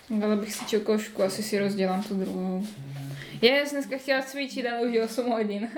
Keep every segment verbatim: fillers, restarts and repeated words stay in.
Ale bych si čokošku, asi si rozdělám tu druhou. Já jsem dneska chtěla cvičit, ale už je osm hodin.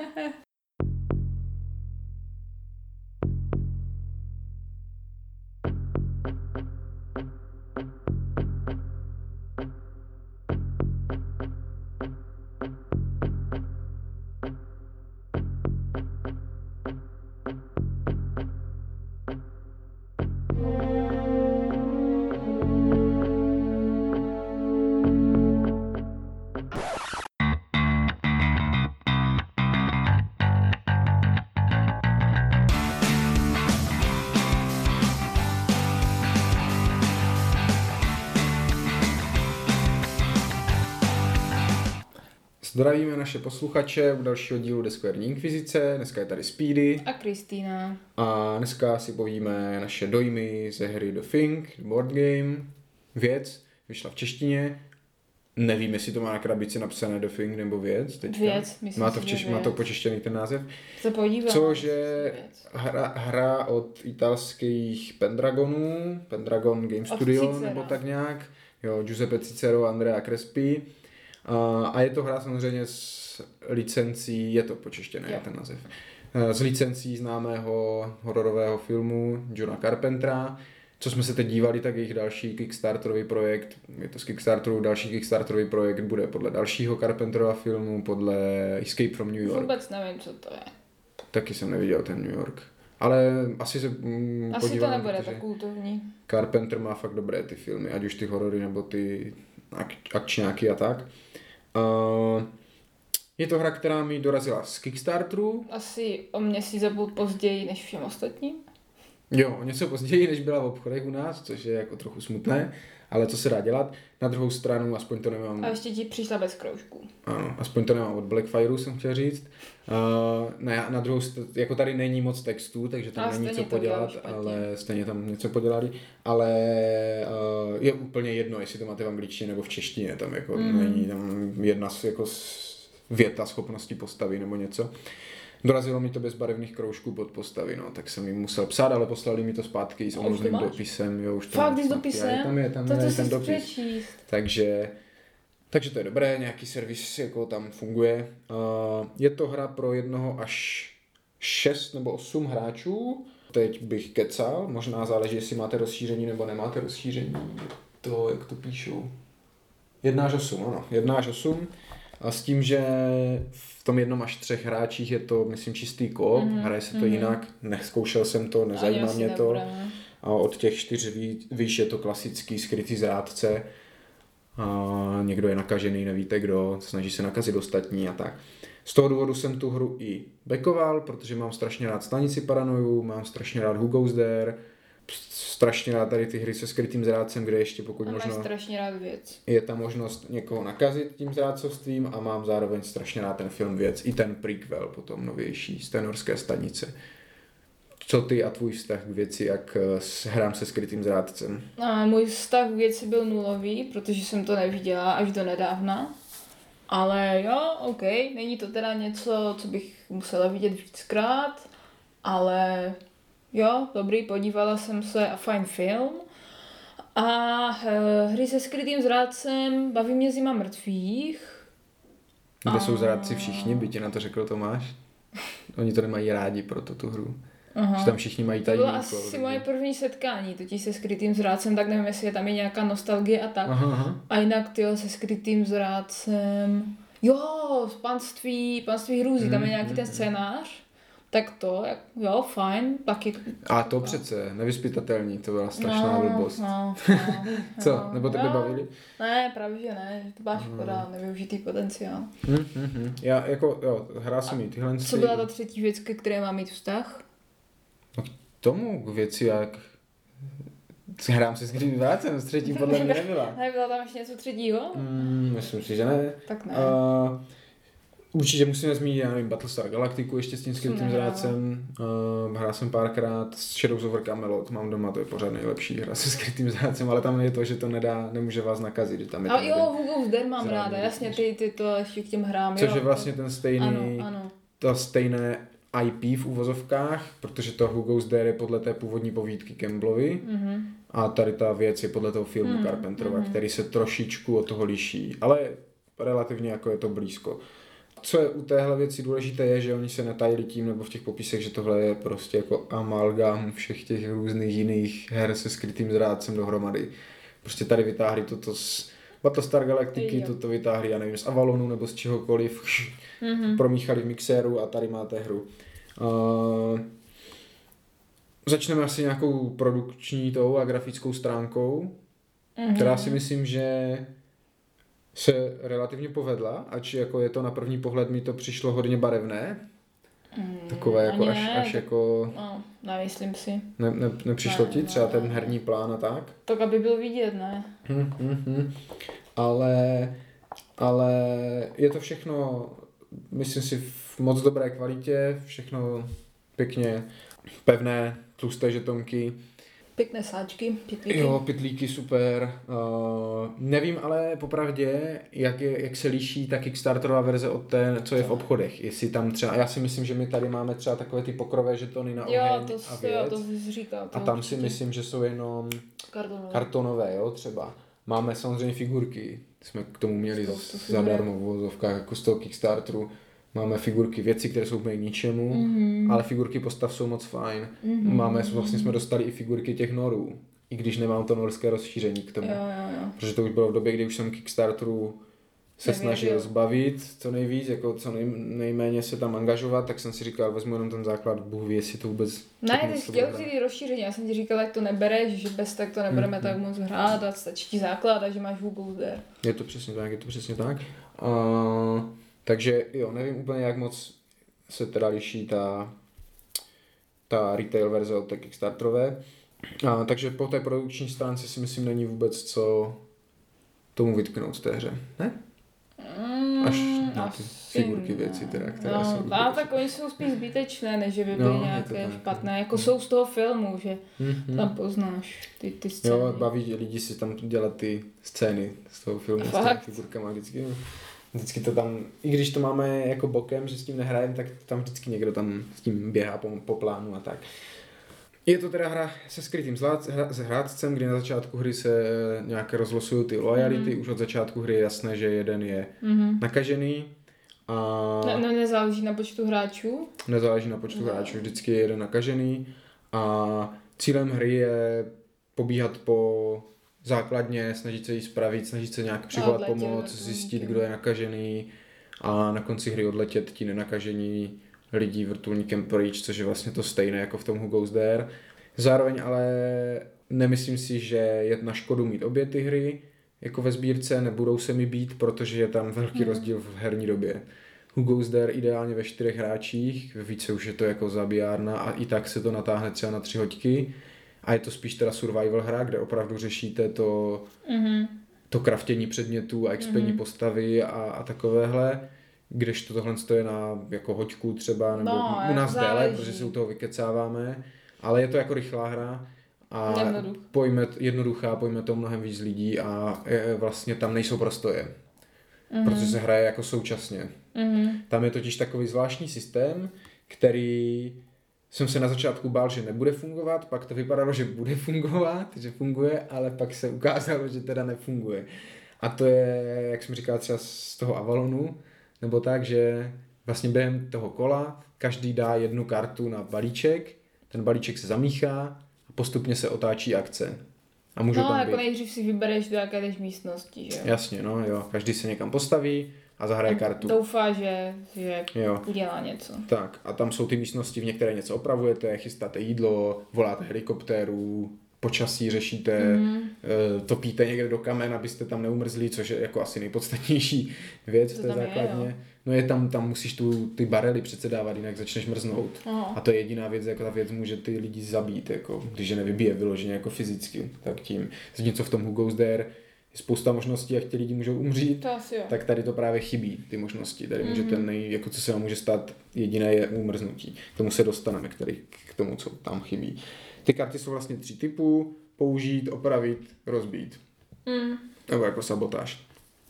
Zdravíme naše posluchače u dalšího dílu Deskverní inkvizice. Dneska je tady Speedy. A Kristýna. A dneska si povíme naše dojmy ze hry The Thing, board game, věc, vyšla v češtině. Nevím, jestli to má na krabici napsané The Thing nebo věc. Teďka. Věc, myslím má to, v si, češ- má to počeštěný ten název. Se podívám. Což je hra, hra od italských Pendragonů, Pendragon Game Studio, nebo tak nějak. Jo, Giuseppe Cicero, Andrea Crespi. A je to hra samozřejmě s licencí, je to počeštěné, je ten název, s licencí známého hororového filmu Johna Carpentera. Co jsme se teď dívali, tak jejich další Kickstarterový projekt, je to z Kickstarteru, další Kickstarterový projekt bude podle dalšího Carpenterova filmu, podle Escape from New York. Vůbec nevím, co to je. Taky jsem neviděl ten New York. Ale asi se mm, Asi podívám, to nebude tak kultovní. Carpenter má fakt dobré ty filmy, ať už ty horory nebo ty ak- akčňáky a tak. Uh, je to hra, která mi dorazila z Kickstarteru. Asi o měsíc a půl později než všem ostatním. Jo, něco později, než byla v obchodech u nás, což je jako trochu smutné, ale co se dá dělat. Na druhou stranu, aspoň to nemám... A ještě ti přišla bez kroužků. Ano, aspoň to nemám od Blackfireu, jsem chtěl říct. Uh, na, na druhou stranu, jako tady není moc textů, takže tam a není co podělat, ale stejně tam něco podělali. Ale uh, je úplně jedno, jestli to máte v angličtině nebo v češtině, tam jako mm. není tam jedna jako věta schopnosti postavy nebo něco. Dorazilo mi to bez barevných kroužků pod postavy, no, tak jsem jim musel psát, ale poslali mi to zpátky s omluveným dopisem. Jo, už to fakt, s dopisem? Je, tam je, tam to je to ten dopis. Přečíst. Takže, takže to je dobré, nějaký servis jako tam funguje. Uh, je to hra pro jednoho až šest nebo osm hráčů. Teď bych kecal, možná záleží, jestli máte rozšíření nebo nemáte rozšíření. To, jak to píšou. Jedna až osm, ano, jedna až osm. A s tím, že v tom jednom až třech hráčích je to, myslím, čistý koop, mm-hmm. hraje se to mm-hmm. jinak, neskoušel jsem to, nezajímá mě to. Nebude. A od těch čtyř výš je to klasický skrytý zrádce. A někdo je nakažený, nevíte kdo, snaží se nakazit ostatní a tak. Z toho důvodu jsem tu hru i backoval, protože mám strašně rád Stanici paranoju, mám strašně rád Who Goes There, strašně rád tady ty hry se skrytým zrádcem, kde ještě pokud a možno strašně rád věc. Je tam možnost někoho nakazit tím zrádcovstvím a mám zároveň strašně rád ten film Věc, i ten prequel potom novější z té norské stanice. Co ty a tvůj vztah k věci, jak hrám se skrytým zrádcem? A můj vztah k věci byl nulový, protože jsem to neviděla až do nedávna. Ale jo, ok, není to teda něco, co bych musela vidět víckrát, ale jo, dobrý, podívala jsem se a fajn film. A e, hry se skrytým zrádcem baví mě Zima mrtvých. Kde a... jsou zrádci všichni, by ti na to řekl Tomáš? Oni to nemají rádi pro tu hru. Aha. Že tam všichni mají tajný úkol. To úkol. bylo asi moje první setkání, totiž se skrytým zrádcem, tak nevím, jestli je tam i nějaká nostalgie a tak. Aha, aha. A jinak tyjo, se skrytým zrádcem, jo, panství, panství hrůzy, mm, tam je nějaký mm, ten scénář. Tak to, jak, jo, fajn, taky. A to přece, nevyspytatelní, to byla strašná no, blbost. No, no, Co, no, nebo tebe no, bavili? Ne, právě že ne, že to byla škoda, no. Nevyužitý potenciál. Mm, mm, mm. Já jako, jo, hrál jsem jí tyhle. Co byla ta třetí věc, ke které mám mít vztah? No k tomu, k věci jak... Hrám se skrytým zrádcem, s třetí podle mě nebyla. Nebyla tam ještě něco třetího? Mm, myslím si, že ne. Tak ne. Uh, určitě musíme zmínit, já nevím, Battlestar Galactiku ještě s tím skrytým zrádcem. Uh, hrál jsem párkrát s Shadows over Camelot, mám doma, to je pořád nejlepší hra se skrytým zrádcem, ale tam je to, že to nedá, nemůže vás nakazit, že tam je. A jo, Who Goes There mám ráda, jasně, ty, ty to ještě k těm hrám. Což jo, je vlastně ten stejný, ano, ano. to stejné í pé v uvozovkách, protože to Who Goes There je podle té původní povídky Campbellovi. Mm-hmm. A tady ta věc je podle toho filmu Hmm, Carpenterova, mhm. který se trošičku od toho liší, ale relativně jako je to blízko. Co je u téhle věci důležité je, že oni se netajili tím, nebo v těch popisech, že tohle je prostě jako amalgám všech těch různých jiných her se skrytým zrádcem dohromady. Prostě tady vytáhli toto z Battlestar Galactiky, Jo. toto vytáhli, já nevím, z Avalonu nebo z čehokoliv, Mhm. promíchali v mixéru a tady máte hru. Uh, začneme asi nějakou produkční tou a grafickou stránkou, Mhm. která si myslím, že se relativně povedla, ač jako je to na první pohled mi to přišlo hodně barevné. Mm, Takové jako ani až, ne, až tak- jako No, nemyslím si. ne, ne, nepřišlo Ne, ti třeba ne, ten ne. herní plán a tak? Tak, aby byl vidět, ne? Hm, hm, hm. Ale, ale je to všechno, myslím si, v moc dobré kvalitě, všechno pěkně pevné, tlusté žetonky. Pěkné sáčky, pitlíky. Jo, pytlíky super. Uh, nevím ale popravdě, jak, je, jak se liší ta Kickstarterová verze od té, co je v obchodech. Jestli tam třeba, já si myslím, že my tady máme třeba takové ty pokrové žetony na Jo, oheň to, a s- věc. jo, to jsi říkal. To A tam určitě. si myslím, že jsou jenom Kartonové. kartonové, jo, třeba. Máme samozřejmě figurky, jsme k tomu měli To- to figury. zadarmo v vozovkách, jako z toho Kickstarteru. Máme figurky, věci, které jsou úplně k ničemu, Mhm. ale figurky postav jsou moc fajn. Mhm. Máme, vlastně jsme dostali i figurky těch norů, i když nemám to norské rozšíření k tomu. Jo, jo, jo. Protože to už bylo v době, kdy už jsem Kickstarteru se Nevěřil. snažil zbavit co nejvíc, jako co nej, nejméně se tam angažovat, tak jsem si říkal, vezmu jenom ten základ, Bůh ví, jestli to vůbec... Ne, tak ty moc jsi to chtěl bude. vzít rozšíření, já jsem ti říkala, jak to nebereš, že bez tak to nebudeme Mhm. tak moc hrát a stačí ti základ a že máš Who Goes There. Je to přesně tak, je to přesně tak. A, takže jo, nevím úplně, jak moc se teda liší ta, ta retail verze od té Kickstarterové. A, takže po té produkční stránce si myslím, není vůbec co tomu vytknout té hře, ne? Mm, Až na ty asi figurky ne. věci teda, které no, jsou a zbytečné. tak oni jsou spíš zbytečné, než že by byly No, je to nějaké tak. špatné. Jako jsou z toho filmu, že Mhm. tam poznáš ty, ty scény. Jo, baví lidi si tam dělat ty scény z toho filmu s těmi Fakt? figurkama vždycky. Vždycky to tam, i když to máme jako bokem, že s tím nehrajeme, tak tam vždycky někdo tam s tím běhá po, po plánu a tak. Je to teda hra se skrytým zlác- hra- s hrádcem, kdy na začátku hry se nějak rozlosují ty lojality, Mhm. už od začátku hry je jasné, že jeden je Mhm. nakažený a Ne, ne, nezáleží na počtu hráčů. nezáleží na počtu No. hráčů, vždycky je jeden nakažený a cílem hry je pobíhat po základně, snažit se jí spravit, snažit se nějak přivolat odletět pomoc, vrtulníkem. zjistit, kdo je nakažený a na konci hry odletět ti nenakažení lidí vrtulníkem pryč, což je vlastně to stejné jako v tom Who Goes There. Zároveň ale nemyslím si, že je na škodu mít obě ty hry jako ve sbírce, nebudou se mi být, protože je tam velký Hmm. rozdíl v herní době. Who Goes There ideálně ve čtyřech hráčích, ve více už je to jako zabijárna a i tak se to natáhne třeba na tři hoďky. A je to spíš teda survival hra, kde opravdu řešíte to, Mhm. to kraftění předmětů a expení Mhm. postavy a, a takovéhle. Kdežto tohle je na jako hoďku třeba, nebo No, u nás záleží. déle, protože se u toho vykecáváme. Ale je to jako rychlá hra a Jednoduch. pojme, jednoduchá, pojme to mnohem víc lidí a je, vlastně tam nejsou prostoje, Mhm. protože se hraje jako současně. Mhm. Tam je totiž takový zvláštní systém, který jsem se na začátku bál, že nebude fungovat, pak to vypadalo, že bude fungovat, že funguje, ale pak se ukázalo, že teda nefunguje. A to je, jak jsem říkal, třeba z toho Avalonu, nebo tak, že vlastně během toho kola každý dá jednu kartu na balíček, ten balíček se zamíchá a postupně se otáčí akce. A můžou No, tam jako být... nejdřív si vybereš, do jaké jdeš místnosti, že jo. Jasně, no jo, každý se někam postaví a zahraje kartu. Doufá, že, že Jo. udělá něco. Tak a tam jsou ty místnosti, v některé něco opravujete, chystáte jídlo, voláte helikoptéru, počasí řešíte, Mhm. e, topíte někde do kamen, abyste tam neumrzli, což je jako asi nejpodstatnější věc To v té tam je, základně. jo. No je tam, tam musíš tu, ty barely přece dávat, jinak začneš mrznout. Aha. A to je jediná věc, jako ta věc může ty lidi zabít, jako, když je nevybije vyloženě jako fyzicky, tak tím. Zatímco v tom Who Goes There je spousta možností, jak ti lidi můžou umřít, To asi jo. tak tady to právě chybí, ty možnosti. Tady Mhm. může ten nej, jako co se vám může stát, jediné je úmrznutí. K tomu se dostaneme, který, k tomu, co tam chybí. Ty karty jsou vlastně tři typů, použít, opravit, rozbít. Mm. Nebo jako sabotáž.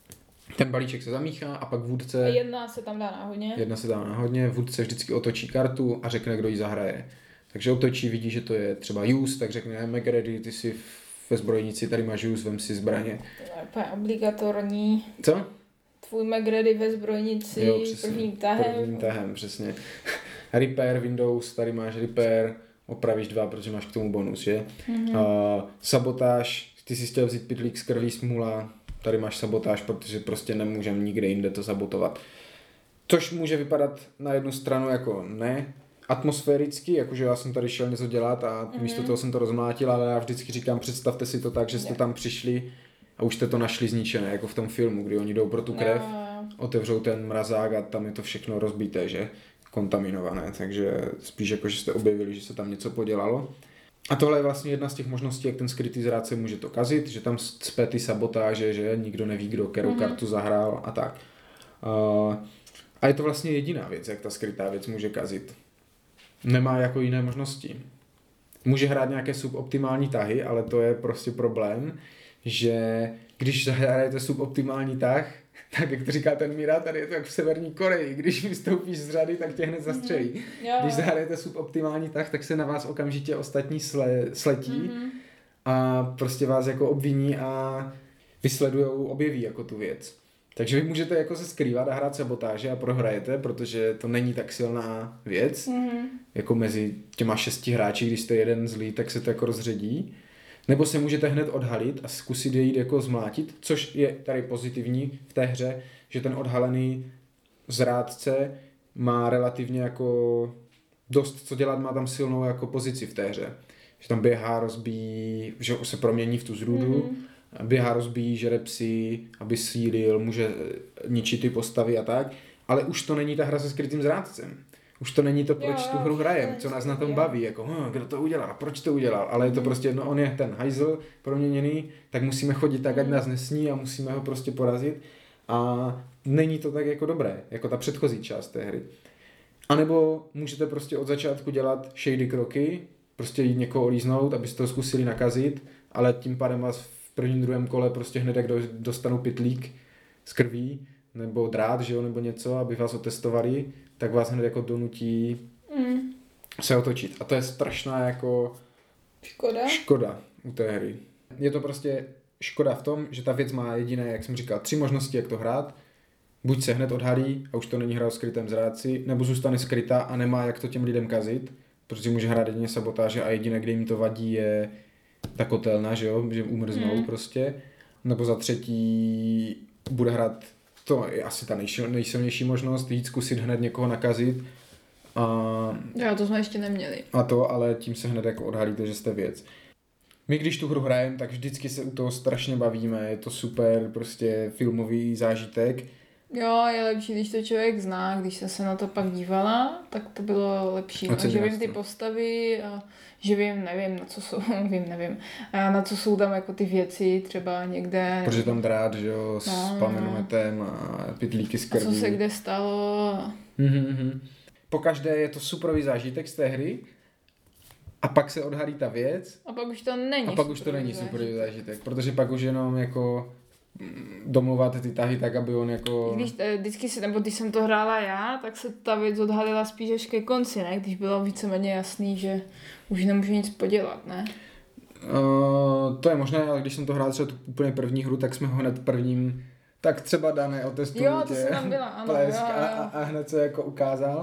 Ten balíček se zamíchá a pak A vůdce, jedna se tam dá náhodně. jedna se dá náhodně, vůdce vždycky otočí kartu a řekne, kdo ji zahraje. Takže otočí, vidí, že to je třeba Use, tak řekne, Megredy, ty jsi ve zbrojnici, tady máš žus, vem si zbraně. To je úplně obligatorní. Co? Tvůj MacReady ve zbrojnici, Jo, přesně. prvním tahem. Prvním tahem, přesně. Repair Windows, tady máš repair, opravíš dva, protože máš k tomu bonus, že? Mm-hmm. Uh, sabotáž, ty jsi chtěl vzít pytlík z krví, smůla, tady máš sabotáž, protože prostě nemůžeme nikde jinde to sabotovat. Což může vypadat na jednu stranu jako ne atmosféricky, jakože já jsem tady šel něco dělat a mm-hmm. místo toho jsem to rozmlátil, ale já vždycky říkám, představte si to tak, že jste tam přišli a už jste to našli zničené, jako v tom filmu, kdy oni jdou pro tu krev, no. Otevřou ten mrazák a tam je to všechno rozbité, že? Kontaminované, takže spíš jako, že jste objevili, že se tam něco podělalo. A tohle je vlastně jedna z těch možností, jak ten skrytý zrádce může to kazit, že tam cpe ty sabotáže, že nikdo neví, kdo kterou mm-hmm. kartu zahrál a tak. Uh, a je to vlastně jediná věc, jak ta skrytá věc může kazit. Nemá jako jiné možnosti. Může hrát nějaké suboptimální tahy, ale to je prostě problém, že když zahrajete suboptimální tah, tak jak to říká ten Míra, tady je to jak v Severní Koreji, když vystoupíš z řady, tak tě hned zastřelí. Mm-hmm. Když zahrajete suboptimální tah, tak se na vás okamžitě ostatní sle, sletí mm-hmm. a prostě vás jako obviní a vysledujou, objeví jako tu věc. Takže vy můžete jako se skrývat a hrát sabotáže a prohrajete, protože to není tak silná věc, mm-hmm. jako mezi těma šesti hráči, když jste jeden zlý, tak se to jako rozředí. Nebo se můžete hned odhalit a zkusit je jít jako zmlátit, což je tady pozitivní v té hře, že ten odhalený zrádce má relativně jako dost co dělat, má tam silnou jako pozici v té hře. Že tam běhá, rozbíjí, že se promění v tu zrůdu, mm-hmm. běhá, rozbíjí, žere psy, aby sílil, může ničit ty postavy a tak, ale už to není ta hra se skrytým zrádcem. Už to není to, proč jo, tu hru hrajem, co nás na tom baví, jako hm, kdo to udělal, proč to udělal, ale je to prostě jedno, on je ten hajzl proměněný, tak musíme chodit tak, ať nás nesní a musíme ho prostě porazit a není to tak jako dobré, jako ta předchozí část té hry. A nebo můžete prostě od začátku dělat shady kroky, prostě jít někoho olíznout, abyste to zkusili nakazit, ale tím pádem vás v prvním, druhém kole prostě hned jak dostanou pytlík z krví, nebo drát, že jo, nebo něco, aby vás otestovali, tak vás hned jako donutí mm. se otočit. A to je strašná jako škoda. škoda u té hry. Je to prostě škoda v tom, že ta věc má jediné, jak jsem říkal, tři možnosti, jak to hrát. Buď se hned odhalí a už to není hra o skrytém zrádci, nebo zůstane skrytá a nemá jak to těm lidem kazit, protože může hrát jedině sabotáže a jediné, kde jim to vadí, je ta kotelna, že jo, že umrznou mm. prostě. Nebo za třetí bude hrát, to je asi ta nejsilnější možnost, jít zkusit hned někoho nakazit. A, jo, to jsme ještě neměli. A to, ale tím se hned jako odhalíte, že jste věc. My když tu hru hrajeme, tak vždycky se u toho strašně bavíme, je to super prostě filmový zážitek. Jo, je lepší, když to člověk zná, když jsem se na to pak dívala, tak to bylo lepší. A že vím ty postavy a že vím, nevím, na co jsou, vím, nevím, a na co jsou tam jako ty věci třeba někde. Protože tam drát, že jo, s no, plamenometem a pytlíky z krví. A co se kde stalo. Mm-hmm. Pokaždé je to superový zážitek z té hry a pak se odhalí ta věc. A pak už to není A pak už to není superový zážitek, protože pak už jenom jako domluváte ty tahy tak, aby on jako... Když, vždycky se, nebo když jsem to hrála já, tak se ta věc odhalila spíš až ke konci, ne? Když bylo víceméně jasný, že už nemůžu nic podělat, ne? Uh, to je možné, ale když jsem to hrál třeba tu úplně první hru, tak jsme ho hned prvním, tak třeba dané otestují jo, to jsem tam byla, ano, plesk jo, jo. A, a hned se jako ukázal.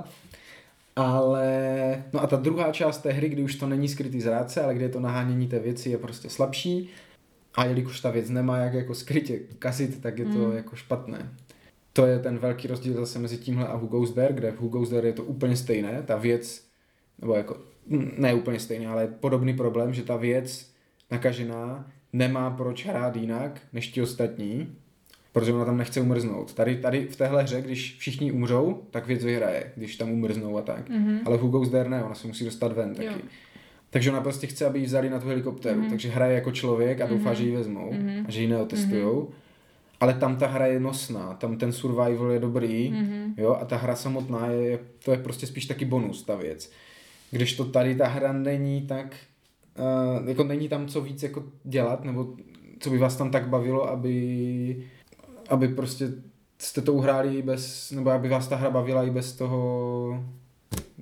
Ale, no a ta druhá část té hry, kdy už to není skrytý zrádce, ale kde je to nahánění té věci, je prostě slabší. A jelikož ta věc nemá jak jako skrytě kazit, tak je to mm. jako špatné. To je ten velký rozdíl zase mezi tímhle a Who Goes There, kde v Who Goes There je to úplně stejné, ta věc, nebo jako, ne úplně stejné, ale podobný problém, že ta věc nakažená nemá proč hrát jinak než ti ostatní, protože ona tam nechce umrznout. Tady, tady v téhle hře, když všichni umřou, tak věc vyhraje, když tam umrznou a tak. Mm-hmm. Ale v Who Goes There ne, ona se musí dostat ven taky. Jo. Takže ona prostě chce, aby ji vzali na tu helikoptéru, mm-hmm. takže hraje jako člověk a doufá, mm-hmm. že ji vezmou mm-hmm. a že ji neotestujou. Mm-hmm. Ale tam ta hra je nosná, tam ten survival je dobrý, mm-hmm. jo, a ta hra samotná je, to je prostě spíš taky bonus, ta věc. Když to tady ta hra není tak, uh, jako není tam co víc jako dělat, nebo co by vás tam tak bavilo, aby, aby prostě jste to uhráli bez, nebo aby vás ta hra bavila i bez toho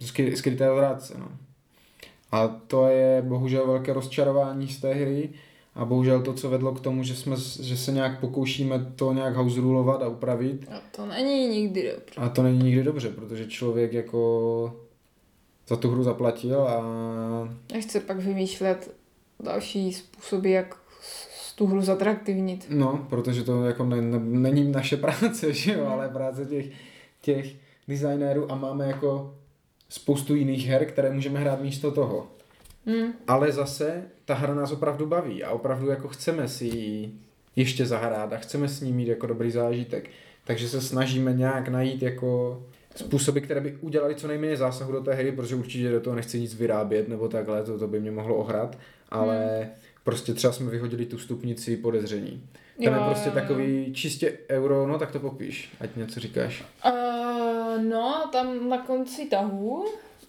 skrytého zrádce, no. A to je bohužel velké rozčarování z té hry A bohužel to, co vedlo k tomu, že, jsme, že se nějak pokoušíme to nějak house rulovat a upravit. A to není nikdy dobře. A to není nikdy dobře, protože člověk jako za tu hru zaplatil a... A chce pak vymýšlet další způsoby, jak tu hru zatraktivnit. No, protože to jako ne, ne, není naše práce, že jo, ale práce těch, těch designérů a máme jako spoustu jiných her, které můžeme hrát místo toho. Hmm. Ale zase ta hra nás opravdu baví a opravdu jako chceme si ji ještě zahrát a chceme s ní mít jako dobrý zážitek. Takže se snažíme nějak najít jako způsoby, které by udělali co nejméně zásahu do té hry, protože určitě do toho nechci nic vyrábět nebo takhle, to, to by mě mohlo ohrat, ale hmm. prostě třeba jsme vyhodili tu stupnici podezření. Tam jo, je prostě takový čistě euro, no tak to popíš, ať něco říkáš. Uh, no, tam na konci tahu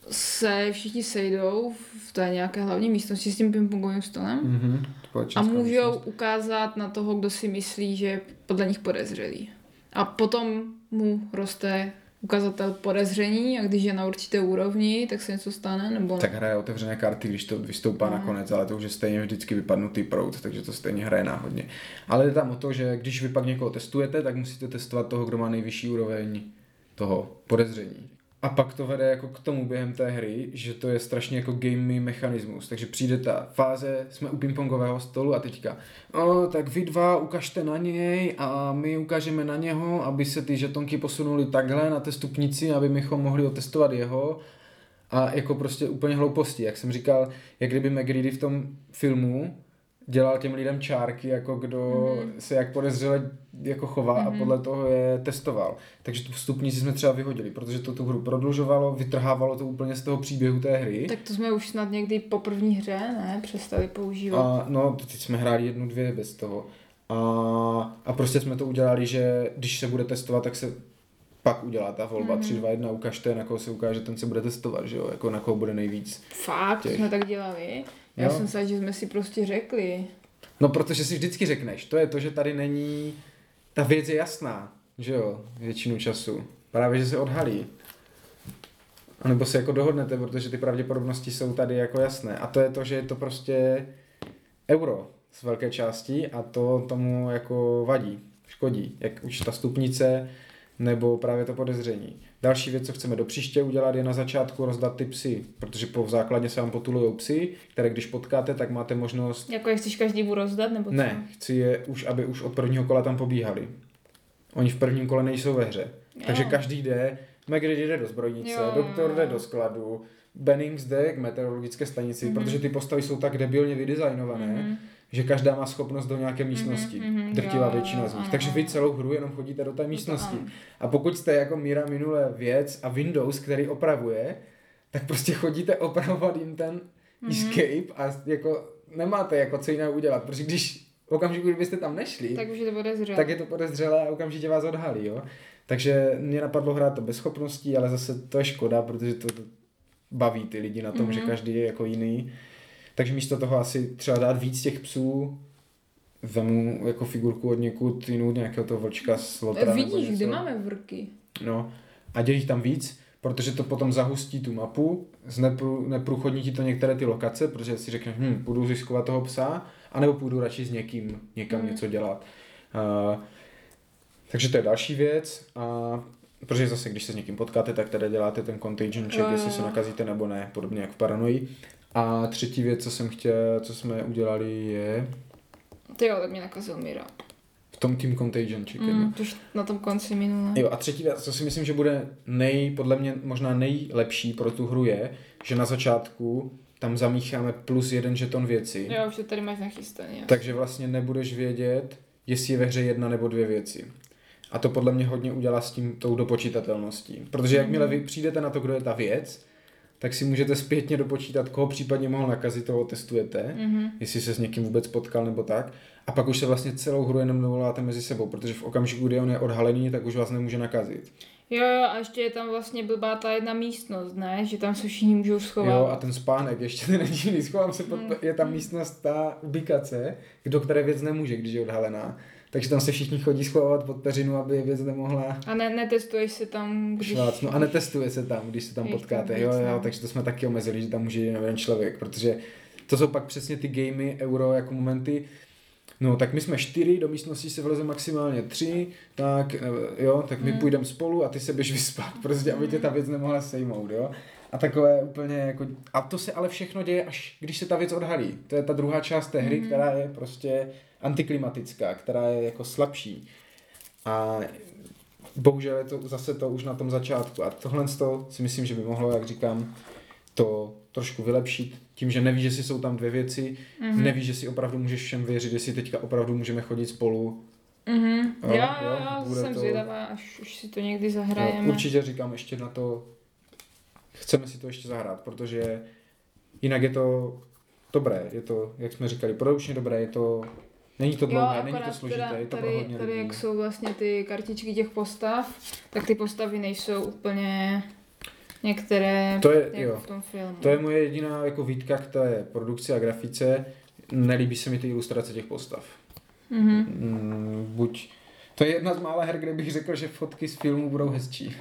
se všichni sejdou v té nějaké hlavní místnosti s tím pingpongovým stolem mm-hmm, a můžou místnost. ukázat na toho, kdo si myslí, že je podle nich podezřelý. A potom mu roste ukazatel podezření a když je na určité úrovni, tak se něco stane, nebo... Tak hraje otevřené karty, když to vystoupá no. nakonec, ale to už je stejně vždycky vypadnutý proud, takže to stejně hraje náhodně. Ale je tam o to, že když vy pak někoho testujete, tak musíte testovat toho, kdo má nejvyšší úroveň toho podezření. A pak to vede jako k tomu během té hry, že to je strašně jako gamey mechanismus. Takže přijde ta fáze, jsme u pingpongového stolu a teďka, o, tak vy dva ukažte na něj a my ukážeme na něho, aby se ty žetonky posunuly takhle na té stupnici, aby bychom mohli otestovat jeho. A jako prostě úplně hlouposti, jak jsem říkal, jak kdyby McGreedy v tom filmu dělal těm lidem čárky, jako kdo mm-hmm. se jak podezřele jako chová mm-hmm. a podle toho je testoval. Takže tu stupnici jsme třeba vyhodili, protože to tu hru prodlužovalo, vytrhávalo to úplně z toho příběhu té hry. Tak to jsme už snad někdy po první hře, ne? Přestali používat. A, no, teď jsme hráli jednu, dvě bez toho. A, a prostě jsme to udělali, že když se bude testovat, tak se pak udělá ta volba mm-hmm. tři, dva, jedna, ukažte, na koho se ukáže, ten se bude testovat, že jo, jako na koho bude nejvíc. Fakt, těch. Jsme tak dělali. Já jo. jsem se, že jsme si prostě řekli. No, protože si vždycky řekneš, to je to, že tady není, ta věc je jasná, že jo, většinu času. Právě, že se odhalí. A nebo se jako dohodnete, protože ty pravděpodobnosti jsou tady jako jasné. A to je to, že je to prostě euro z velké části a to tomu jako vadí, škodí. Jak už ta stupnice, nebo právě to podezření. Další věc, co chceme do příště udělat, je na začátku rozdat ty psy, protože po základně se vám potulujou psy, které když potkáte, tak máte možnost... Jako je chceš každému rozdat, nebo co? Ne, chci je už, aby už od prvního kola tam pobíhali. Oni v prvním kole nejsou ve hře. Jo. Takže každý jde, McGreedy jde do zbrojnice, jo. Doktor jde do skladu, Bennings jde k meteorologické stanici, mm-hmm. protože ty postavy jsou tak debilně vydesignované, mm-hmm. že každá má schopnost do nějaké místnosti. Mm-hmm, drtivá většina z nich. Takže vy celou hru jenom chodíte do té místnosti. A pokud jste jako Míra minulé věc a Windows, který opravuje, tak prostě chodíte opravovat jim ten mm-hmm. escape a jako nemáte jako co jiného udělat, protože když okamžiku, kdybyste tam nešli, tak už je to podezřelé. Tak je to podezřelé a okamžitě vás odhalí, jo. Takže mě napadlo hrát to bez schopností, ale zase to je škoda, protože to baví ty lidi na tom, mm-hmm. že každý je jako jiný. Takže místo toho asi třeba dát víc těch psů, vemu jako figurku od někud jinou, nějakého toho vlčka z lotra. Vidíš, kde máme vrky. No, a dělí tam víc, protože to potom zahustí tu mapu, znepru, neprůchodní ti to některé ty lokace, protože si řekneš, hm, půjdu ziskovat toho psa, anebo půjdu radši s někým někam mm. něco dělat. Uh, takže to je další věc. A protože zase, když se s někým potkáte, tak teda děláte ten contagion check, no, jestli se nakazíte nebo ne, podobně jak v paranoji. A třetí věc, co jsem chtěl, co jsme udělali, je... Ty jo, tak mě nakazil Míra. V tom Team Contagion checkem. Mm, tož na tom konci minule. Jo, a třetí věc, co si myslím, že bude nej, podle mě možná nejlepší pro tu hru je, že na začátku tam zamícháme plus jeden žeton věci. Jo, už to tady máš nachystaný. Takže vlastně nebudeš vědět, jestli je ve hře jedna nebo dvě věci. A to podle mě hodně udělá s tím tou dopočítatelností. Protože jakmile vy přijdete na to, kdo je ta věc, tak si můžete zpětně dopočítat, koho případně mohl nakazit, toho testujete, mm-hmm. jestli se s někým vůbec potkal nebo tak. A pak už se vlastně celou hru jenom dovoláte mezi sebou, protože v okamžiku, kdy on je odhalený, tak už vás nemůže nakazit. Jo, jo, a ještě je tam vlastně blbá ta jedna místnost, ne? Že tam se všichni můžou schovat. Jo, a ten spánek, ještě ten nedivný, schovám se pod... je tam místnost, ta ubikace, do které věc nemůže, když je odhalená. Takže tam se všichni chodí schovávat pod peřinu, aby věc nemohla... A ne, netestuješ se tam, když... Švác, no a netestuje se tam, když se tam potkáte, jo, jo, takže to jsme taky omezili, že tam může jít jeden člověk, protože to jsou pak přesně ty gamey, euro jako momenty. No, tak my jsme čtyři, do místnosti se vleze maximálně tři, tak jo, tak my hmm. půjdeme spolu a ty se běž vyspat, prostě, aby tě ta věc nemohla sejmout, jo. A takové úplně jako, a to se ale všechno děje, až když se ta věc odhalí. To je ta druhá část té hry, hmm. která je prostě antiklimatická, která je jako slabší. A bohužel je to zase to už na tom začátku. A tohle si myslím, že by mohlo, jak říkám, to trošku vylepšit tím, že nevíš, že jsou tam dvě věci, mm-hmm. nevíš, že si opravdu můžeš všem věřit, jestli teďka opravdu můžeme chodit spolu. Mm-hmm. Jo, jo, jo, jo jsem to... zvědavá, až už si to někdy zahrajeme. Jo, určitě říkám ještě na to, chceme si to ještě zahrát, protože jinak je to dobré, je to, jak jsme říkali, produkčně dobré, je to, není to dlouhé, není to složité, teda, je to tady, pro hodně tady lidí. Jak jsou vlastně ty kartičky těch postav, tak ty postavy nejsou úplně některé to je, jak jo, v tom filmu. To je moje jediná jako výtka k té produkci a grafice, nelíbí se mi ty ilustrace těch postav. Mm-hmm. Mm, buď to je jedna z mála her, kde bych řekl, že fotky z filmu budou hezčí.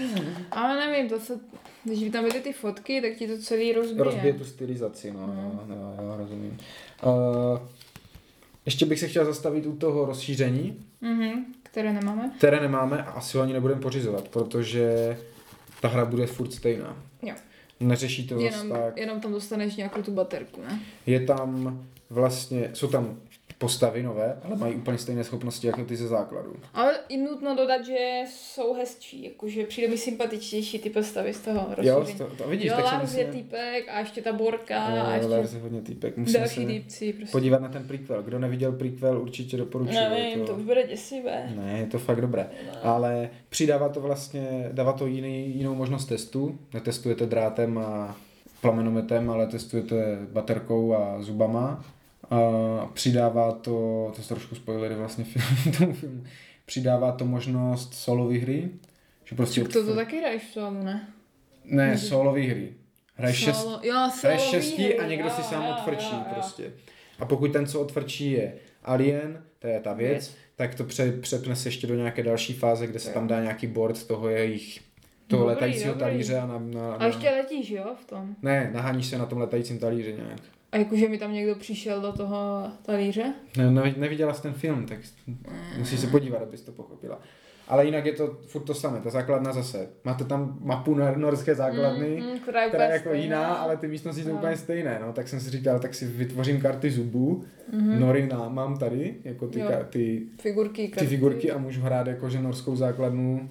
Ale nevím, to se, když by tam byly ty fotky, tak ti to celý rozbije. Rozbije tu stylizaci, no, mm. jo, jo, jo, rozumím. Uh, ještě bych se chtěl zastavit u toho rozšíření. Mm-hmm, které nemáme. Které nemáme a asi ho ani nebudeme pořizovat, protože ta hra bude furt stejná. Jo. Neřeší to jenom, zase tak. Jenom tam dostaneš nějakou tu baterku, ne? Je tam vlastně, jsou tam postavy nové, ale mají úplně stejné schopnosti jako ty ze základu. Ale i nutno dodat, že jsou hezčí, jakože přijde mi sympatičtější ty postavy z toho rozšíření. Jo, to, to vidíš, jo, tak se Lars musíme... je týpek a ještě ta Borka jo, a ještě Lars je hodně týpek. Musíme další se týpci. Prostě. podívat na ten prequel. Kdo neviděl prequel, určitě doporučuji. Nevím, to... to už bude děsivé. Ne, je to fakt dobré. No. Ale přidává to vlastně, dává to jiný, jinou možnost testu. Netestujete drátem a plamenometem, ale testujete baterkou a zubama. A přidává to, to jsou trošku spoilery vlastně film, tomu filmu, přidává to možnost solové hry. Že prostě to, to taky hraješ v solo, ne? Ne, solové hry. Hraješ Solo, šest, jo, hraješ šestí hry, a někdo jo, si sám jo, odfrčí jo, jo. prostě. A pokud ten, co odfrčí, je alien, to je ta věc, věc. tak to pře, přepne se ještě do nějaké další fáze, kde se jo. tam dá nějaký board toho jejich toho dobrý, letajícího dobrý. talíře. A, na, na, a ještě letíš, jo, v tom? Ne, naháníš se na tom letajícím talíře nějak. A jakože mi tam někdo přišel do toho talíře? Ne, ne, neviděla jsi ten film, tak musíš se podívat, abys to pochopila. Ale jinak je to furt to samé, ta základna zase. Máte tam mapu norské základny, mm, mm, která je, která je jako stejná. jiná, ale ty místnosti jsou no. úplně stejné. No. Tak jsem si říkal, tak si vytvořím karty zubů. Mm-hmm. Nory mám tady, jako ty, ka, ty, figurky, ty figurky a můžu hrát jakože norskou základnu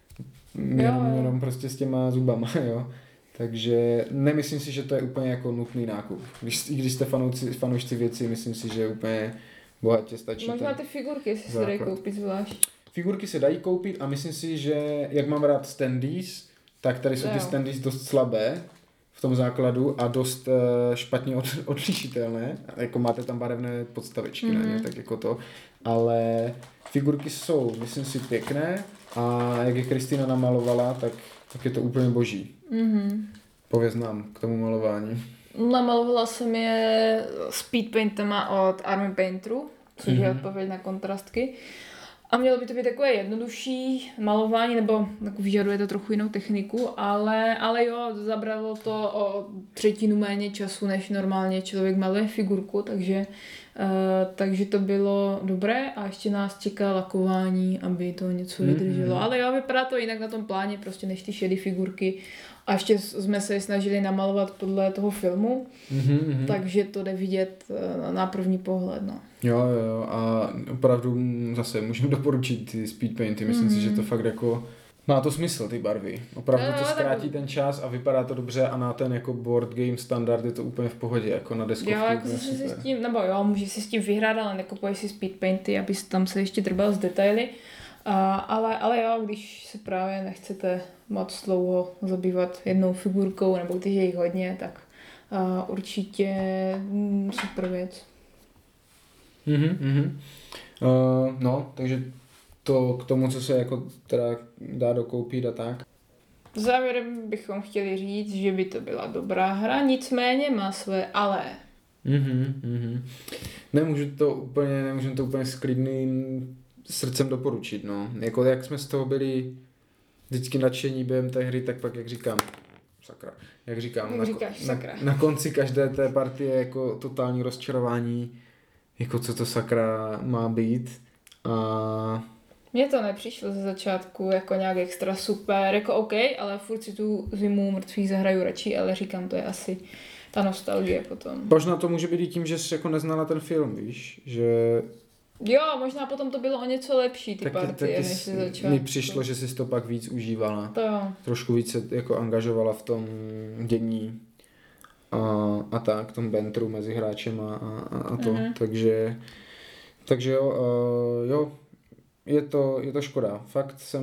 jenom, jenom prostě s těma zubama, jo. Takže nemyslím si, že to je úplně jako nutný nákup. Když, i když jste fanouci, fanoušci věci, myslím si, že úplně bohatě stačí. Možná ty figurky si se dají koupit zvlášť. Figurky se dají koupit a myslím si, že jak mám rád standees, tak tady jsou ty standees dost slabé v tom základu a dost uh, špatně od, odlišitelné. Jako máte tam barevné podstavečky mm-hmm. na ně, tak jako to. Ale figurky jsou, myslím si, pěkné a jak je Kristýna namalovala, tak, tak je to úplně boží. Mm-hmm. Pověz nám k tomu malování. Namalovala jsem je speedpaintama od Army Painteru, což mm-hmm. je odpověď na kontrastky. A mělo by to být takové jednodušší malování, nebo jako vyžaduje to trochu jinou techniku, ale, ale jo, zabralo to o třetinu méně času, než normálně člověk maluje figurku, takže, uh, takže to bylo dobré a ještě nás čeká lakování, aby to něco vydrželo. Mm-hmm. Ale jo, vypadá to jinak na tom pláně, prostě než ty šedé figurky. A ještě jsme se snažili namalovat podle toho filmu, mm-hmm. takže to jde vidět na první pohled. No. Jo, jo, a opravdu zase můžeme doporučit ty speedpainty, myslím mm-hmm. si, že to fakt jako má to smysl, ty barvy. Opravdu no, to zkrátí tak... ten čas a vypadá to dobře a na ten jako board game standard je to úplně v pohodě, jako na deskovku. Jo, jako si s tím, nebo jo, můžeš si s tím vyhrát, ale nekupuješ si speedpainty, abys tam se ještě drbal z detaily. Uh, ale, ale jo, když se právě nechcete moc dlouho zabývat jednou figurkou, nebo když je jich hodně, tak uh, určitě mm, super věc. Mm-hmm, mm-hmm. Uh, no, takže to k tomu, co se jako teda dá dokoupit a tak. Závěrem bychom chtěli říct, že by to byla dobrá hra, nicméně má své ale. Mm-hmm, mm-hmm. Nemůžu to úplně, nemůžu to úplně s klidným srdcem doporučit, no. Jako jak jsme z toho byli vždycky nadšení během té hry, tak pak, jak říkám, sakra. Jak říkám, Jak na, říkáš, na, sakra. na konci každé té partie jako totální rozčarování, jako co to sakra má být. A Mně to nepřišlo ze začátku jako nějak extra super, jako OK, ale furt si tu Zimu mrtvých zahraju radši, ale říkám, to je asi ta nostalgie potom. možná to může být i tím, že jsi jako neznala ten film, víš, že Jo, možná potom to bylo o něco lepší, ty taky, partie, taky než se s- začátku. mi přišlo, že jsi to pak víc užívala. To jo. Trošku víc se jako angažovala v tom dění a, a tak, v tom bantru mezi hráčem a, a, a to, Mhm. takže takže jo, uh, jo, je to, je to škoda. Fakt jsem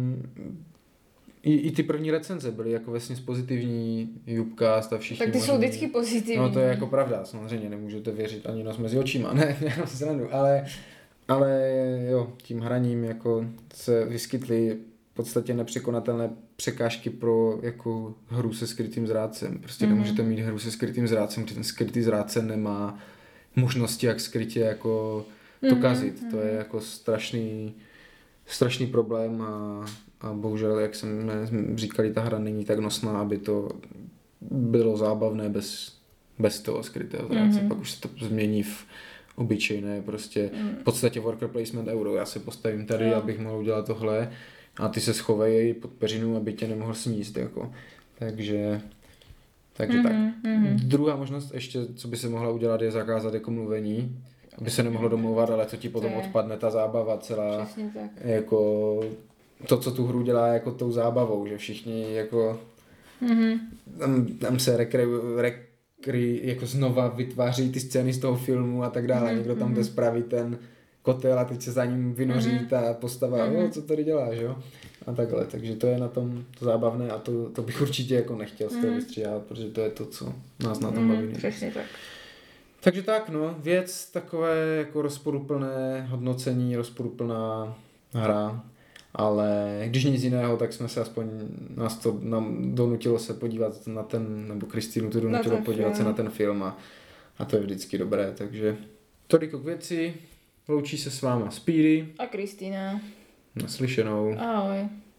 i, i ty první recenze byly jako vesměs pozitivní, Jupcast a všichni Tak ty možný- jsou vždycky pozitivní. No to je jako pravda, samozřejmě nemůžete věřit ani nos mezi očima, ne, jenom zranu, ale, ale jo, tím hraním jako se vyskytly v podstatě nepřekonatelné překážky pro jako hru se skrytým zrádcem. Prostě mm-hmm. nemůžete mít hru se skrytým zrádcem, kde ten skrytý zrádce nemá možnosti, jak skrytě jako to Mhm, kazit. mhm. To je jako strašný, strašný problém a, a bohužel, jak jsem říkali, ta hra není tak nosná, aby to bylo zábavné bez, bez toho skrytého zrádce. Mhm. Pak už se to změní v obyčejné, prostě v podstatě worker placement euro. Já se postavím tady, Jo. abych mohl udělat tohle a ty se schovej pod peřinu, aby tě nemohl sníst. Jako. Takže, takže Mhm, tak. mhm. Druhá možnost ještě, co by se mohla udělat, je zakázat jako mluvení, aby se nemohlo domlouvat, ale to ti potom je- odpadne ta zábava celá, Přesně tak. jako to, co tu hru dělá jako tou zábavou, že všichni jako Mhm. tam, tam se rekry, rekry, jako znova vytváří ty scény z toho filmu a tak dále. Mhm, Někdo tam mhm. jde spraví ten kotel a teď se za ním vynoří Mhm. ta postava, Mhm. o, co tady děláš, jo? A takhle, takže to je na tom to zábavné a to, to bych určitě jako nechtěl z toho Mhm. vystříhat, protože to je to, co nás na tom Mhm, baví. Přesně tak. Takže tak, no, věc takové jako rozporuplné hodnocení, rozporuplná hra, ale když nic jiného, tak jsme se aspoň, nás to nám donutilo se podívat na ten, nebo Kristýnu to donutilo ten podívat film. se na ten film a, a to je vždycky dobré, takže toliko k věci, loučí se s váma Speedy, A Kristýna. naslyšenou. Ahoj.